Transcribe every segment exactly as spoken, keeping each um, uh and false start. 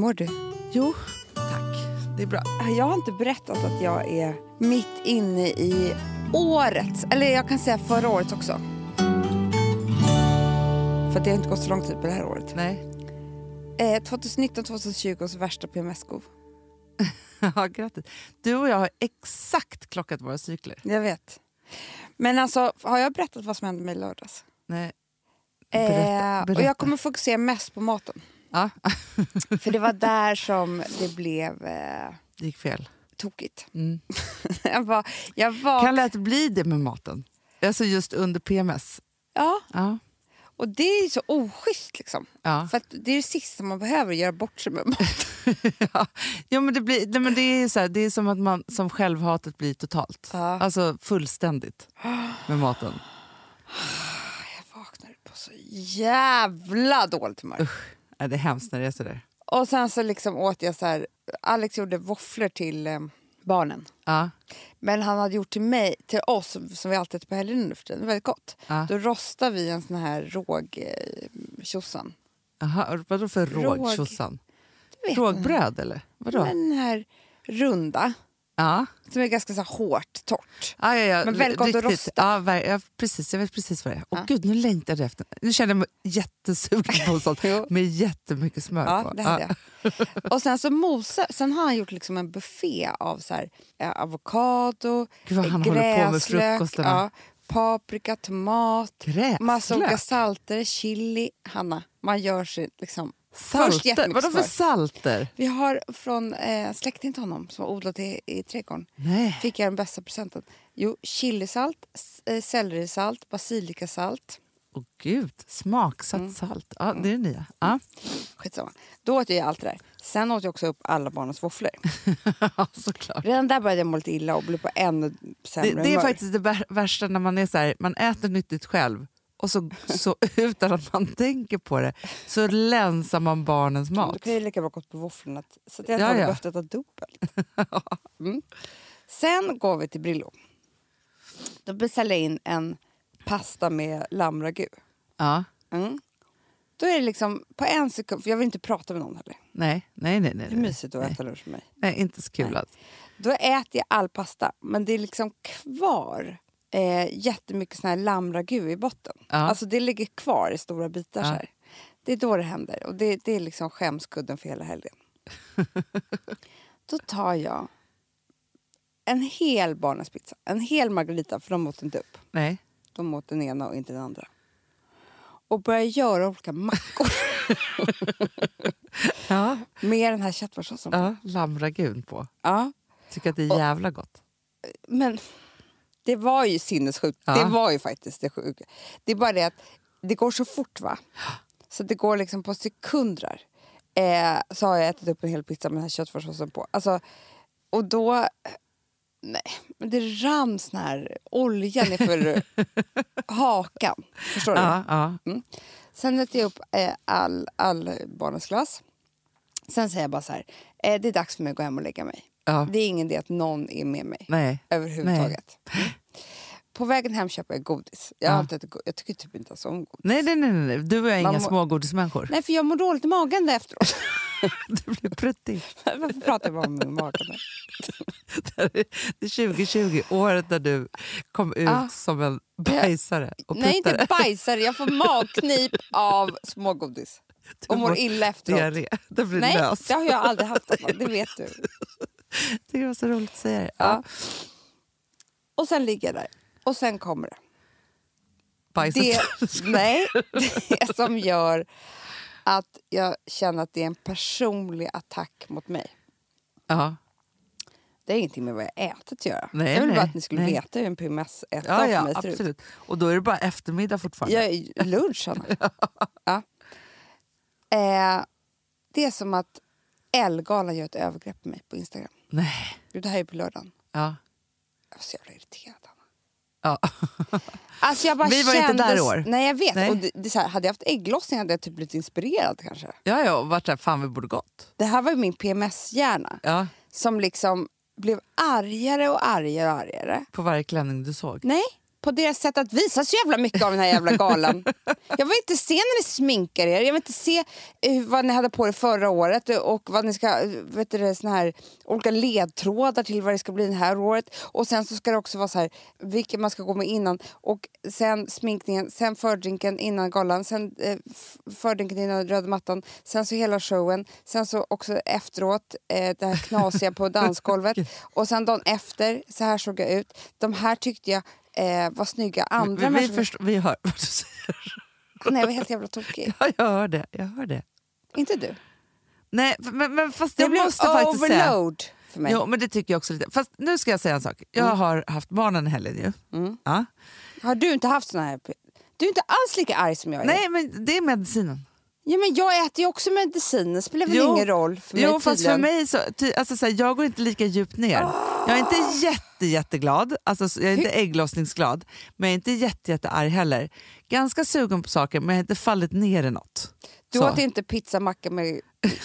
mår du? Jo, tack. Det är bra. Jag har inte berättat att jag är mitt inne i årets, eller jag kan säga förra året också. För det har inte gått så lång tid på det här året. Nej. Eh, tjugonitton tjugohundratjugo så värsta P M S-skov. Ja, grattis. Du och jag har exakt klockat våra cykler. Jag vet. Men alltså, har jag berättat vad som hände mig i lördags? Nej. Berätta, Eh, berätta. och jag kommer fokusera mest på maten. Ja. För det var där som det blev eh, Det gick fel. tokigt. Mm. jag var, jag var... Kan lätt bli det med maten? Alltså just under P M S. Ja, Ja. och det är ju så oschysst liksom. Ja. För att det är det sista man behöver göra bort sig med mat. ja. ja, men det blir nej, men det är så här, det är som att man som självhatet blir totalt. Ja. Alltså fullständigt med maten. Jag vaknade på så jävla dåligt humör. Usch, ja, det är hemskt när det är så där. Och sen så liksom åt jag så här, Alex gjorde våfflor till eh, barnen. Ja. Men han hade gjort till mig, till oss som vi alltid äter på helgen nu för tiden, väldigt gott. Ja. Då rostar vi en sån här råg eh, tjosan. Aha, vadå för råg, Råg. tjosan? Du vet Rågbröd eller? Vadå? den här runda Ja. som är ganska så här hårt, torrt. Ja, ja, ja. Men väldigt gott att rosta. Ja, ver- ja, precis. Jag vet precis vad det är. Och Ja. gud, nu längtar jag efter. Nu känner jag mig jättesugen på sånt Jo. med jättemycket smör Ja, på. det hade jag. Och sen så mosa, sen har han gjort liksom en buffé av så här, eh, avokado, Gud vad han gräslök, håller på med frukostarna. ja, paprika, tomat, Gräslök? massa olika salter, chili. Hanna, man gör sig liksom först Salter? jättemycket Vadå för smör. salter? Vi har från eh, släkten till honom som har odlat i, i trädgården. Nej. Fick jag den bästa presenten. Jo, chilisalt, s- eh, sellerisalt, basilikasalt. Åh gud, smaksatt Mm. salt. Ja, det är det nya. Ja. Skitsamma. Då åt jag allt det där. Sen åt jag också upp alla barnens våfflor. Såklart. Redan där började jag må lite illa och blev på ännu sämre Det, det är humör. faktiskt det vär- värsta när man är så här, man äter nyttigt själv och så, så utan att man tänker på det så länsar man barnens Då mat. kan jag lika bra gått på våfflorna. Så att jag Ja, hade ja. behövt äta dubbelt. Mm. Sen går vi till Brillo. Då beställer jag in en pasta med lammragu. Ja. Mm. Då är det liksom på en sekund, för jag vill inte prata med någon heller. Nej, nej, nej. nej, Det är nej. mysigt att äta lunch med mig. Nej, inte så kul Nej. alls. Då äter jag all pasta, men det är liksom kvar eh, jättemycket sån här lammragu i botten. Ja. Alltså det ligger kvar i stora bitar Ja. så här. Det är då det händer och det, det är liksom skämskudden för hela helgen. Då tar jag en hel barnens pizza, en hel margarita, för de åt inte upp. Nej. De åt den ena och inte den andra. Och börjar göra olika mackor Ja. med den här köttfärssåsen. Ja, lammragun på. Ja. Tycker att det är jävla gott. Men det var ju sinnessjukt. Ja. Det var ju faktiskt det sjuka. Det är bara det att det går så fort, va? Så det går liksom på sekunder. Eh, så har jag ätit upp en hel pizza med den här köttfärssåsen på. Alltså, och då... Nej, men det rann sån här olja nerför hakan. Förstår du? Ja, ja. Mm. Sen äter jag upp eh, all, all barnens glass. Sen säger jag bara så här. Eh, det är dags för mig att gå hem och lägga mig. Ja. Det är ingen idé att någon är med mig. Nej. Överhuvudtaget. Mm. På vägen hem köper jag godis. Jag, har Ja. alltid ätit go- jag tycker typ inte ens om godis. Nej, nej, nej, nej. Du och jag är Man inga må- smågodismänniskor. Nej, för jag mår dåligt i magen där efteråt. Du blir pruttig. Varför pratar jag bara om min magen? Det är tjugo tjugo, året där du kom ut Ja. som en bajsare och Nej, inte puttare. bajsare. Jag får magknip av smågodis. Du Och mår får illa efteråt. diarré. Det blir Nej, lös. det har jag aldrig haft. Anna. Det vet du. Det var så roligt att säga det. Ja. Och sen ligger jag där. Och sen kommer det. Bajset. Det, nej, det som gör att jag känner att det är en personlig attack mot mig. Ja. Det är ingenting med vad jag ätit att göra. Nej, jag vill nej, bara att ni skulle nej. veta hur en P M S-äta Ja, för ja, mig ser ut. absolut. Och då är det bara eftermiddag fortfarande. Jag är lunch, Anna. Ja. Eh, det är som att Ellegalan gör ett övergrepp på mig på Instagram. Nej. Det här är på lördagen. Ja. Jag var så jävla irriterad, Anna. Ja. Alltså jag bara Vi var kändes, inte där i år. Nej, jag vet. Nej. Och det, det är så här, hade jag haft ägglossning hade jag typ blivit inspirerad kanske. Ja, ja, och vart där fan vi borde gått. Det här var ju min P M S-hjärna. Ja. Som liksom blev argare och argare och argare. På varje klänning du såg. Nej, på deras sätt att visa så jävla mycket av den här jävla galan. Jag vill inte se när ni sminkar er. Jag vill inte se uh, vad ni hade på er förra året och vad ni ska, vet du, såna här olika ledtrådar till vad det ska bli det här året. Och sen så ska det också vara så här, vilken man ska gå med innan. Och sen sminkningen, sen fördrinken innan galan, sen uh, fördrinken innan röda mattan, sen så hela showen, sen så också efteråt uh, det här knasiga på dansgolvet. Och sen dagen efter, så här såg jag ut. De här tyckte jag Eh, vad snygga andra vi, vi, förstår, vi hör vad du säger. Nej, jag var helt jävla tokig. Ja, jag hör det, jag hör det. Inte du? Nej, men, men fast det jag måste faktiskt säga... overload för mig. Jo, men det tycker jag också lite. Fast nu ska jag säga en sak. Jag mm. har haft barnen i helgen ju. Mm. Ja. Har du inte haft såna här... Du är inte alls lika arg som jag är. Nej, men det är medicinen. Ja, men jag äter ju också medicinen. Det spelar väl jo, ingen roll för mig. Jo, fast för mig så, ty, alltså, så här, jag går inte lika djupt ner. Oh. Jag är inte jätte, jätteglad, alltså, jag är inte ägglossningsglad, men jag är inte jätte, jättearg heller. Ganska sugen på saker, men jag har inte fallit ner i något. Du åt inte pizzamacka med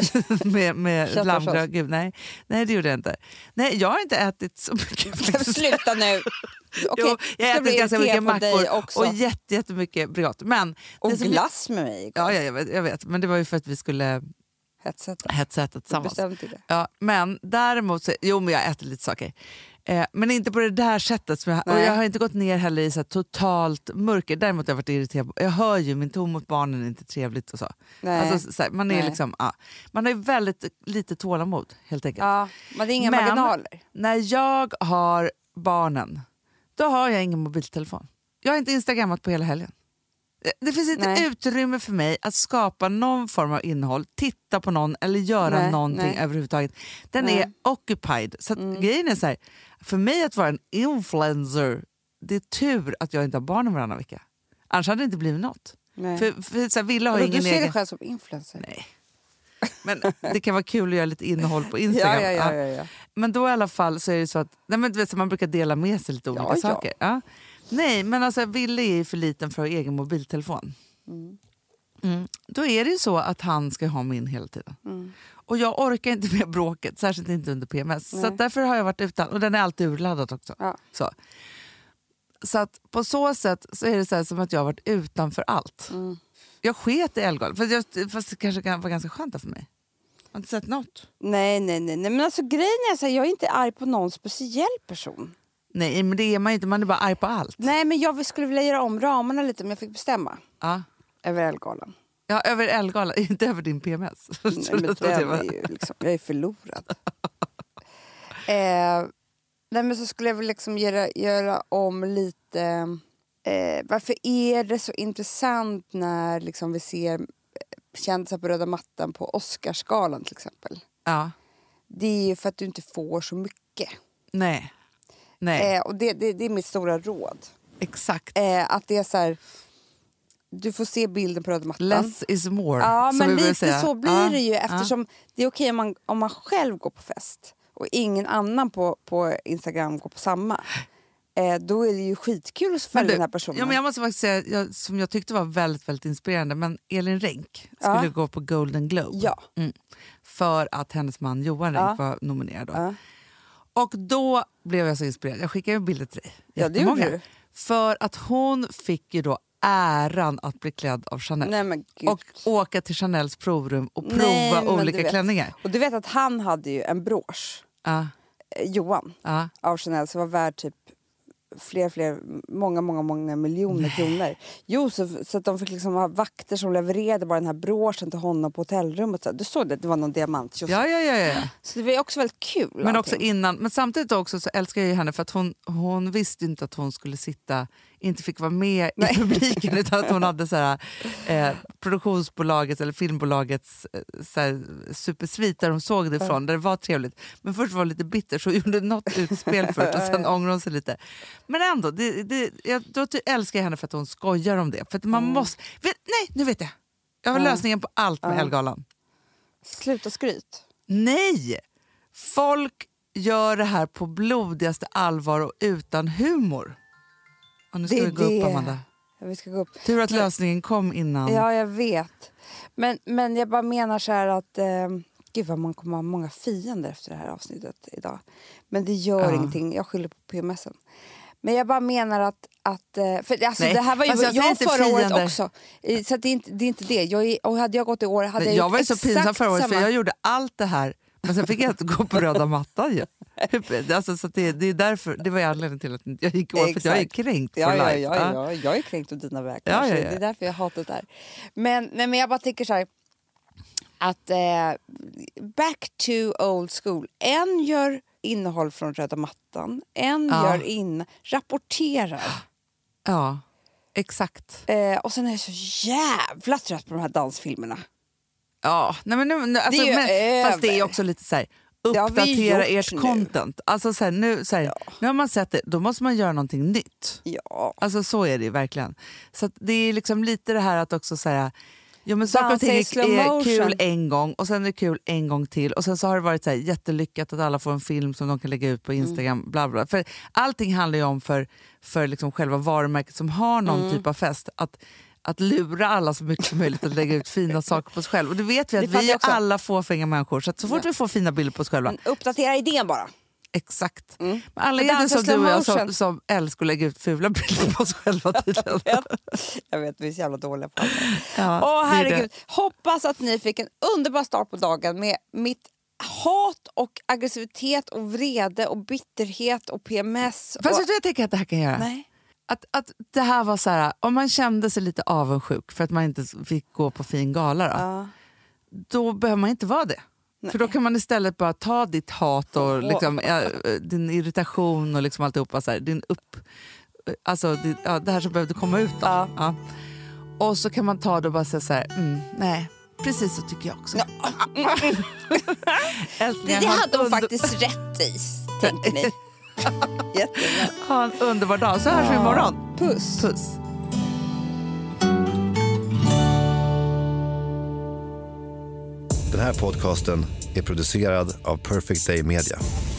med, med lammgröt, gud nej. Nej, det gjorde jag inte. Nej, jag har inte ätit så mycket. Sluta nu. Okay, jo, jag äter ganska mycket mackor och jätte, jättemycket bröt. Men och glass med mig. Ja, ja jag, vet, jag vet. Men det var ju för att vi skulle hetsäta, hetsäta tillsammans. Det. Ja, men däremot, så, jo men jag äter lite saker. Eh, men inte på det där sättet. Som jag, och jag har inte gått ner heller i så här, totalt mörker. Däremot har jag varit irriterad. Jag hör ju min ton mot barnen är inte trevligt och så. Alltså, så här, man, är liksom, ja, man har ju väldigt lite tålamod helt enkelt. Ja, men det är inga men, marginaler. När jag har barnen, då har jag ingen mobiltelefon. Jag har inte instagrammat på hela helgen. Det finns inte nej. utrymme för mig att skapa någon form av innehåll, titta på någon eller göra nej, någonting nej. överhuvudtaget. Den nej. är occupied. Så att mm. grejen är så här, för mig att vara en influencer, det är tur att jag inte har barnen varannan vecka. Annars hade det inte blivit något. Nej. För, för så här, Villa har du ingen ser egen... dig själv som influencer. Nej. Men det kan vara kul att göra lite innehåll på Instagram. ja, ja, ja, ja, ja. Men då i alla fall så är det så att nej, men, du vet, så man brukar dela med sig lite olika ja, saker. Ja. Ja. Nej, men alltså Ville är för liten för att ha egen mobiltelefon. Mm. Mm. Då är det ju så att han ska ha min hela tiden. Mm. Och jag orkar inte med bråket, särskilt inte under P M S. Nej. Så därför har jag varit utan, och den är alltid urladdad också. Ja. Så. Så att på så sätt så är det så här som att jag har varit utanför allt. Mm. Jag sket i Ellegalan, fast, jag, fast det kanske var ganska skönt för mig. Jag har inte sett något. Nej, nej, nej. nej. Men alltså grejen är så här, jag är inte arg på någon speciell person. Nej, men det är man inte. Man är bara arg på allt. Nej, men jag skulle vilja göra om ramarna lite om jag fick bestämma. Ja. Över Ellegalan. Ja, över Ellegalan. Inte över din P M S. Nej, men den är ju liksom, jag är förlorad. eh, nej, men så skulle jag vilja liksom göra, göra om lite... Eh, varför är det så intressant när liksom vi ser kändisar på röda mattan på Oscarsgalan till exempel? Ja. Det är ju för att du inte får så mycket. Nej. Nej. Eh, och det, det, det är mitt stora råd. Exakt. Eh, att det är så här, du får se bilden på röda mattan. Less is more. Ja, men lite säga. så blir ja. det ju. Eftersom ja. det är okej om man, om man själv går på fest och ingen annan på, på Instagram går på samma. Eh, då är det ju skitkul att följa du, den här personen. Ja, men jag måste faktiskt säga, jag, som jag tyckte var väldigt, väldigt inspirerande, men Elin Renck skulle ja. gå på Golden Globe. Ja. Mm. För att hennes man Johan Renck ja. var nominerad då. Ja. Och då blev jag så inspirerad. Jag skickade en bild till dig. Ja, det gjorde du. För att hon fick ju då äran att bli klädd av Chanel. Nej, men Gud. Och åka till Chanels provrum och prova Nej, olika klänningar. Och du vet att han hade ju en brosch. Uh. Johan. Uh. Av Chanel som var värd typ fler, fler, många, många, många miljoner Nej. kronor. Jo, så, så att de fick liksom ha vakter som levererade bara den här broschen till honom på hotellrummet. Du såg det, det var någon diamant. Ja, ja, ja, ja. Så det var också väldigt kul. Men också innan, men samtidigt också så älskar jag henne för att hon, hon visste inte att hon skulle sitta, inte fick vara med Nej. i publiken utan att hon hade så här, eh, produktionsbolagets eller filmbolagets eh, så här, supersvit där de såg det ifrån, mm. där det var trevligt. Men först var det lite bitter så gjorde något utspel först och sen ångrade hon sig lite. Men ändå, det, det, jag, då älskar jag henne för att hon skojar om det. För att man mm. måste, vet, nej, nu vet jag. Jag har mm. lösningen på allt med mm. Ellegalan. Sluta skryt. Nej! Folk gör det här på blodigaste allvar och utan humor. Och nu ska det, vi gå det. upp, Amanda. Ja, vi ska gå upp. Tur att lösningen kom innan. Ja, jag vet. Men, men jag bara menar så här att... Eh, gud vad man kommer ha många fiender efter det här avsnittet idag. Men det gör ja. ingenting. Jag skyller på P M S:en. Men jag bara menar att, att för alltså Nej, det här var ju alltså jag jag förra fiender. året också. Så det är inte det. Är inte det. Jag, och hade jag gått i år hade jag jag Jag var ju så pinsam förra året samma. för jag gjorde allt det här. Men sen fick jag inte gå på röda mattan ju. Alltså, så det, det är därför, det var ju anledningen till att jag gick år, för jag är kränkt för ja, life. Ja, ja, ja, jag är kränkt av dina vägar. Ja, ja, ja. Det är därför jag hatar det här. Men, nej, men jag bara tänker så här, att eh, back to old school. En gör innehåll från röda mattan, en Ja. gör in, rapporterar. Ja, exakt. Eh, och sen är jag så jävla trött på de här dansfilmerna. Ja, nej men nu, nu, alltså, Det är ju men, fast det är över. också lite så här, Det har vi uppdatera gjort ert nu. content. Alltså så här, nu, så här, Ja. nu har man sett det, då måste man göra någonting nytt. Ja. Alltså så är det ju verkligen. Så att det är liksom lite det här att också säga, ja men saker och Dansa i ting slow är motion. kul en gång och sen är det kul en gång till och sen så har det varit så här jättelyckat att alla får en film som de kan lägga ut på Instagram. Mm. Bla bla. För allting handlar ju om för, för liksom själva varumärket som har någon Mm. typ av fest att att lura alla så mycket som möjligt att lägga ut fina saker på sig själv. Och det vet vi att Det fattar vi jag är också. alla fåfänga människor. Så att så fort Ja. vi får fina bilder på oss själva. Men uppdatera idén bara. Exakt. Mm. Men alla För är det dansa som du och jag slow som, motion. som älskar att lägga ut fula bilder på oss själva tydligen. Jag vet, jag vet vi är så jävla dåliga på det. Ja, Åh det är herregud. det. Hoppas att ni fick en underbar start på dagen med mitt hat och aggressivitet och vrede och bitterhet och P M S. Fast och... vet du vad jag tänker att det här kan göra? Nej. Att, att det här var så här, om man kände sig lite avundsjuk för att man inte fick gå på fin gala då, Ja. då behöver man inte vara det. Nej. För då kan man istället bara ta ditt hat och Åh. liksom, äh, din irritation och liksom alltihopa, så här, din upp, alltså det, ja, det här som behövde komma ut då. Ja. Ja. Och så kan man ta det och bara säga så här, mm, nej, precis så tycker jag också. Ja. Älskling, Det, det ha en hade hon under- faktiskt rätt i, tänker ni. Jättebra. Ha en underbar dag, så hörs vi imorgon. Puss. Puss. Den här podcasten är producerad av Perfect Day Media.